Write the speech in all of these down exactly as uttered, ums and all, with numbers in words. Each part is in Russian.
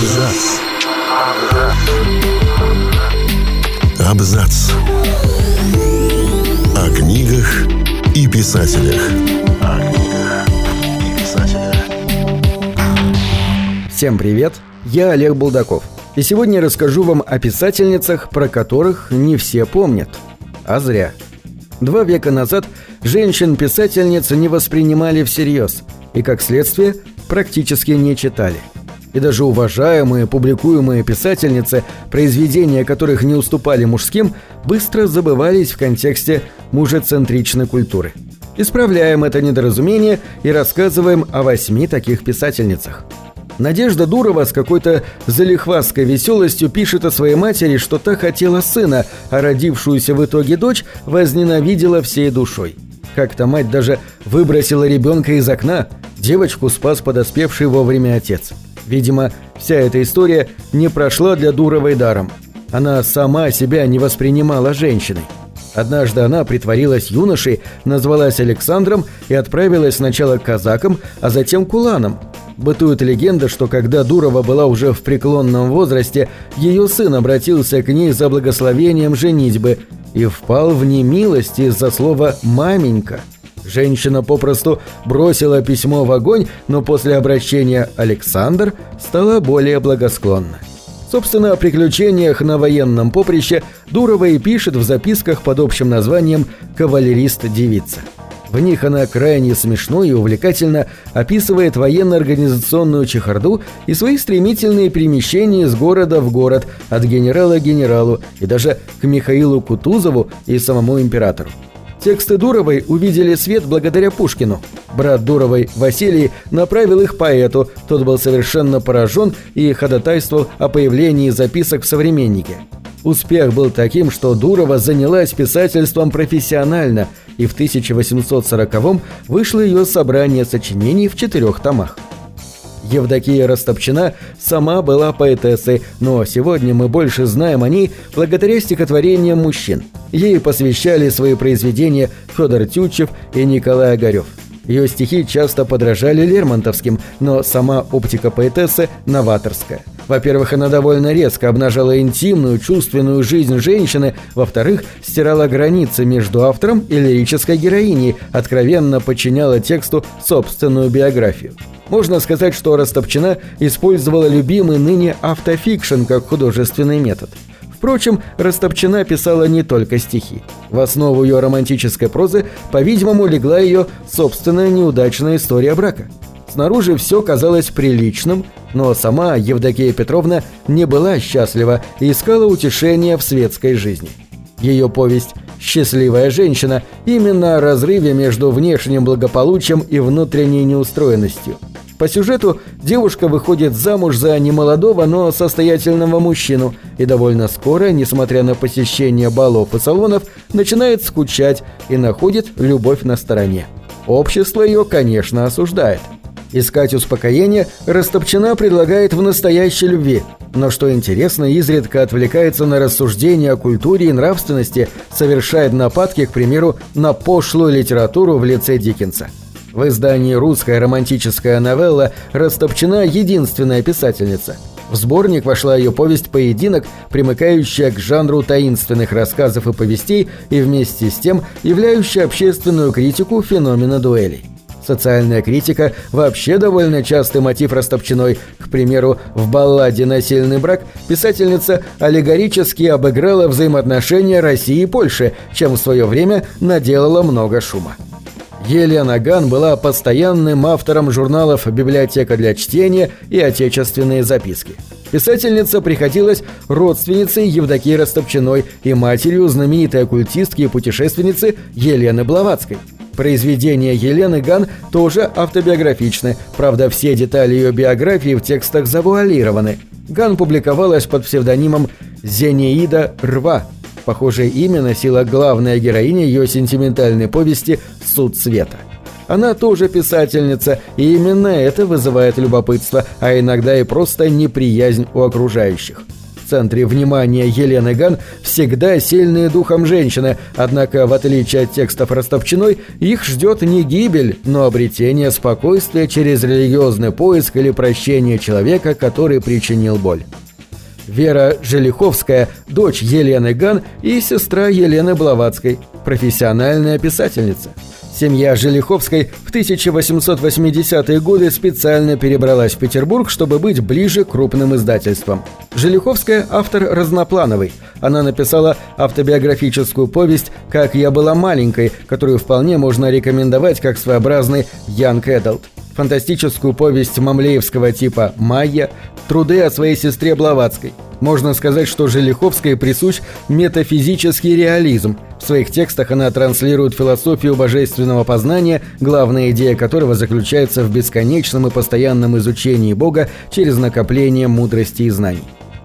Абзац. Абзац. О книгах и писателях. О книгах и писателях. Всем привет, я Олег Булдаков. И сегодня я расскажу вам о писательницах, про которых не все помнят. А зря. Два века назад женщин-писательниц не воспринимали всерьез и, как следствие, практически не читали. И даже уважаемые, публикуемые писательницы, произведения которых не уступали мужским, быстро забывались в контексте мужецентричной культуры. Исправляем это недоразумение и рассказываем о восьми таких писательницах. Надежда Дурова с какой-то залихвастской веселостью пишет о своей матери, что та хотела сына, а родившуюся в итоге дочь возненавидела всей душой. Как-то мать даже выбросила ребенка из окна, девочку спас подоспевший вовремя отец. Видимо, вся эта история не прошла для Дуровой даром. Она сама себя не воспринимала женщиной. Однажды она притворилась юношей, назвалась Александром и отправилась сначала к казакам, а затем к уланам. Бытует легенда, что когда Дурова была уже в преклонном возрасте, ее сын обратился к ней за благословением женитьбы и впал в немилость из-за слова «маменька». Женщина попросту бросила письмо в огонь, но после обращения «Александр» стала более благосклонна. Собственно, о приключениях на военном поприще Дурова и пишет в записках под общим названием «Кавалерист-девица». В них она крайне смешно и увлекательно описывает военно-организационную чехарду и свои стремительные перемещения из города в город, от генерала к генералу и даже к Михаилу Кутузову и самому императору. Тексты Дуровой увидели свет благодаря Пушкину. Брат Дуровой, Василий, направил их поэту, тот был совершенно поражен и ходатайствовал о появлении записок в «Современнике». Успех был таким, что Дурова занялась писательством профессионально, и в тысяча восемьсот сороковом вышло ее собрание сочинений в четырех томах. Евдокия Растопчина сама была поэтессой, но сегодня мы больше знаем о ней благодаря стихотворениям мужчин. Ей посвящали свои произведения Федор Тютчев и Николай Огарев. Ее стихи часто подражали лермонтовским, но сама оптика поэтессы новаторская. Во-первых, она довольно резко обнажала интимную, чувственную жизнь женщины, во-вторых, стирала границы между автором и лирической героиней, откровенно подчиняла тексту собственную биографию. Можно сказать, что Растопчина использовала любимый ныне автофикшн как художественный метод. Впрочем, Растопчина писала не только стихи. В основу ее романтической прозы, по-видимому, легла ее собственная неудачная история брака. Снаружи все казалось приличным, но сама Евдокия Петровна не была счастлива и искала утешения в светской жизни. Ее повесть «Счастливая женщина» именно о разрыве между внешним благополучием и внутренней неустроенностью. По сюжету девушка выходит замуж за немолодого, но состоятельного мужчину и довольно скоро, несмотря на посещение балов и салонов, начинает скучать и находит любовь на стороне. Общество ее, конечно, осуждает. Искать успокоение Растопчина предлагает в настоящей любви, но, что интересно, изредка отвлекается на рассуждения о культуре и нравственности, совершает нападки, к примеру, на пошлую литературу в лице Диккенса. В издании «Русская романтическая новелла» Растопчина единственная писательница. В сборник вошла ее повесть «Поединок», примыкающая к жанру таинственных рассказов и повестей и вместе с тем являющая общественную критику феномена дуэлей. Социальная критика вообще довольно частый мотив Растопчиной. К примеру, в балладе «Насильный брак» писательница аллегорически обыграла взаимоотношения России и Польши, чем в свое время наделала много шума. Елена Ган была постоянным автором журналов «Библиотека для чтения» и «Отечественные записки». Писательница приходилась родственницей Евдокии Растопчиной и матерью знаменитой оккультистки и путешественницы Елены Блаватской. Произведения Елены Ган тоже автобиографичны, правда, все детали ее биографии в текстах завуалированы. Ган публиковалась под псевдонимом Зенеида Рва. Похожее имя носила главная героиня ее сентиментальной повести «Суд света». Она тоже писательница, и именно это вызывает любопытство, а иногда и просто неприязнь у окружающих. в центре внимания Елены Ган всегда сильные духом женщины, однако, в отличие от текстов Ростовчиной, их ждет не гибель, но обретение спокойствия через религиозный поиск или прощение человека, который причинил боль. Вера Желиховская – дочь Елены Ган и сестра Елены Блаватской, профессиональная писательница. Семья Желиховской в тысяча восемьсот восьмидесятые годы специально перебралась в Петербург, чтобы быть ближе к крупным издательствам. Желиховская – автор разноплановый. Она написала автобиографическую повесть «Как я была маленькой», которую вполне можно рекомендовать как своеобразный young adult. Фантастическую повесть мамлеевского типа «Майя», труды о своей сестре Блаватской. Можно сказать, что Желиховской присущ метафизический реализм. В своих текстах она транслирует философию божественного познания, главная идея которого заключается в бесконечном и постоянном изучении Бога через накопление мудрости и знаний.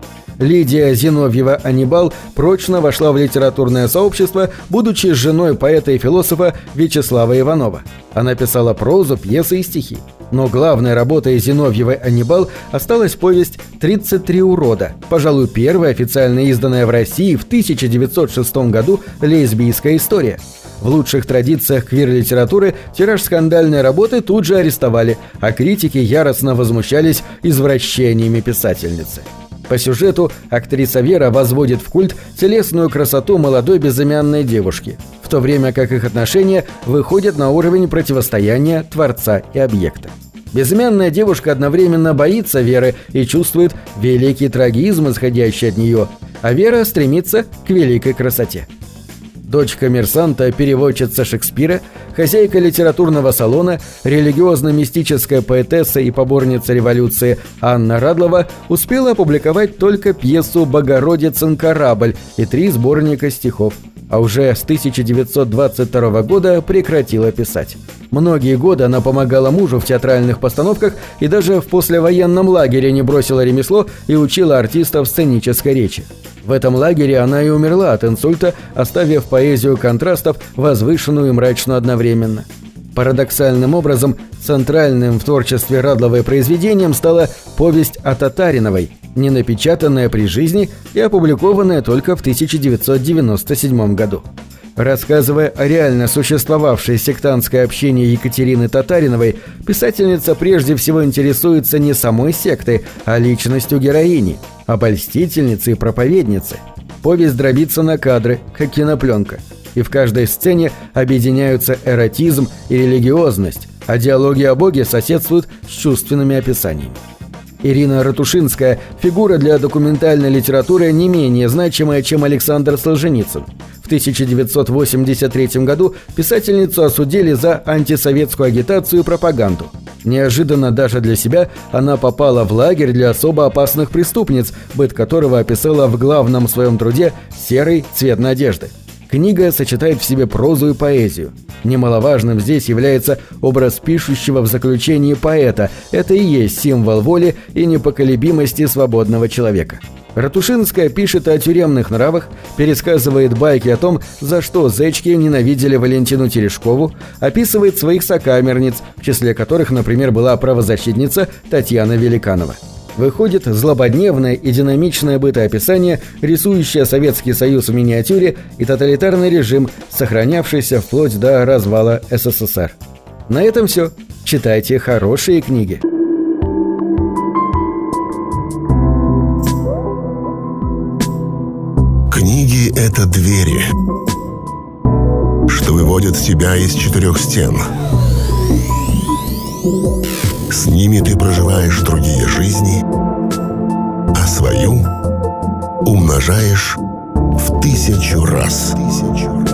Лидия Зиновьева-Анибал прочно вошла в литературное сообщество, будучи женой поэта и философа Вячеслава Иванова. Она писала прозу, пьесы и стихи. Но главной работой Зиновьевой-Анибал осталась повесть «тридцать три урода», пожалуй, первая официально изданная в России в тысяча девятьсот шестом году лесбийская история. В лучших традициях квир-литературы тираж скандальной работы тут же арестовали, а критики яростно возмущались извращениями писательницы. По сюжету актриса Вера возводит в культ телесную красоту молодой безымянной девушки, в то время как их отношения выходят на уровень противостояния творца и объекта. Безымянная девушка одновременно боится Веры и чувствует великий трагизм, исходящий от нее, а Вера стремится к великой красоте. Дочь коммерсанта, переводчица Шекспира, хозяйка литературного салона, религиозно-мистическая поэтесса и поборница революции Анна Радлова успела опубликовать только пьесу «Богородицын корабль» и три сборника стихов, а уже с тысяча девятьсот двадцать второго года прекратила писать. Многие годы она помогала мужу в театральных постановках и даже в послевоенном лагере не бросила ремесло и учила артистов сценической речи. В этом лагере она и умерла от инсульта, оставив поэзию контрастов, возвышенную и мрачную одновременно. Парадоксальным образом, центральным в творчестве Радловой произведением стала повесть о Татариновой, не напечатанная при жизни и опубликованная только в тысяча девятьсот девяносто седьмом году. Рассказывая о реально существовавшей сектантской общине Екатерины Татариновой, писательница прежде всего интересуется не самой сектой, а личностью героини, обольстительницы и проповедницы. Повесть дробится на кадры, как кинопленка, и в каждой сцене объединяются эротизм и религиозность, а диалоги о Боге соседствуют с чувственными описаниями. Ирина Ратушинская – фигура для документальной литературы не менее значимая, чем Александр Солженицын. В тысяча девятьсот восемьдесят третьем году писательницу осудили за антисоветскую агитацию и пропаганду. Неожиданно даже для себя она попала в лагерь для особо опасных преступниц, быт которого описала в главном своем труде «Серый цвет надежды». Книга сочетает в себе прозу и поэзию. Немаловажным здесь является образ пишущего в заключении поэта. Это и есть символ воли и непоколебимости свободного человека. Ратушинская пишет о тюремных нравах, пересказывает байки о том, за что зэчки ненавидели Валентину Терешкову, описывает своих сокамерниц, в числе которых, например, была правозащитница Татьяна Великанова. Выходит злободневное и динамичное бытоописание, рисующее Советский Союз в миниатюре и тоталитарный режим, сохранявшийся вплоть до развала СССР. На этом все. Читайте хорошие книги. Книги — это двери, что выводят тебя из четырех стен. С ними ты проживаешь другие жизни, а свою умножаешь в тысячу раз. Тысячу.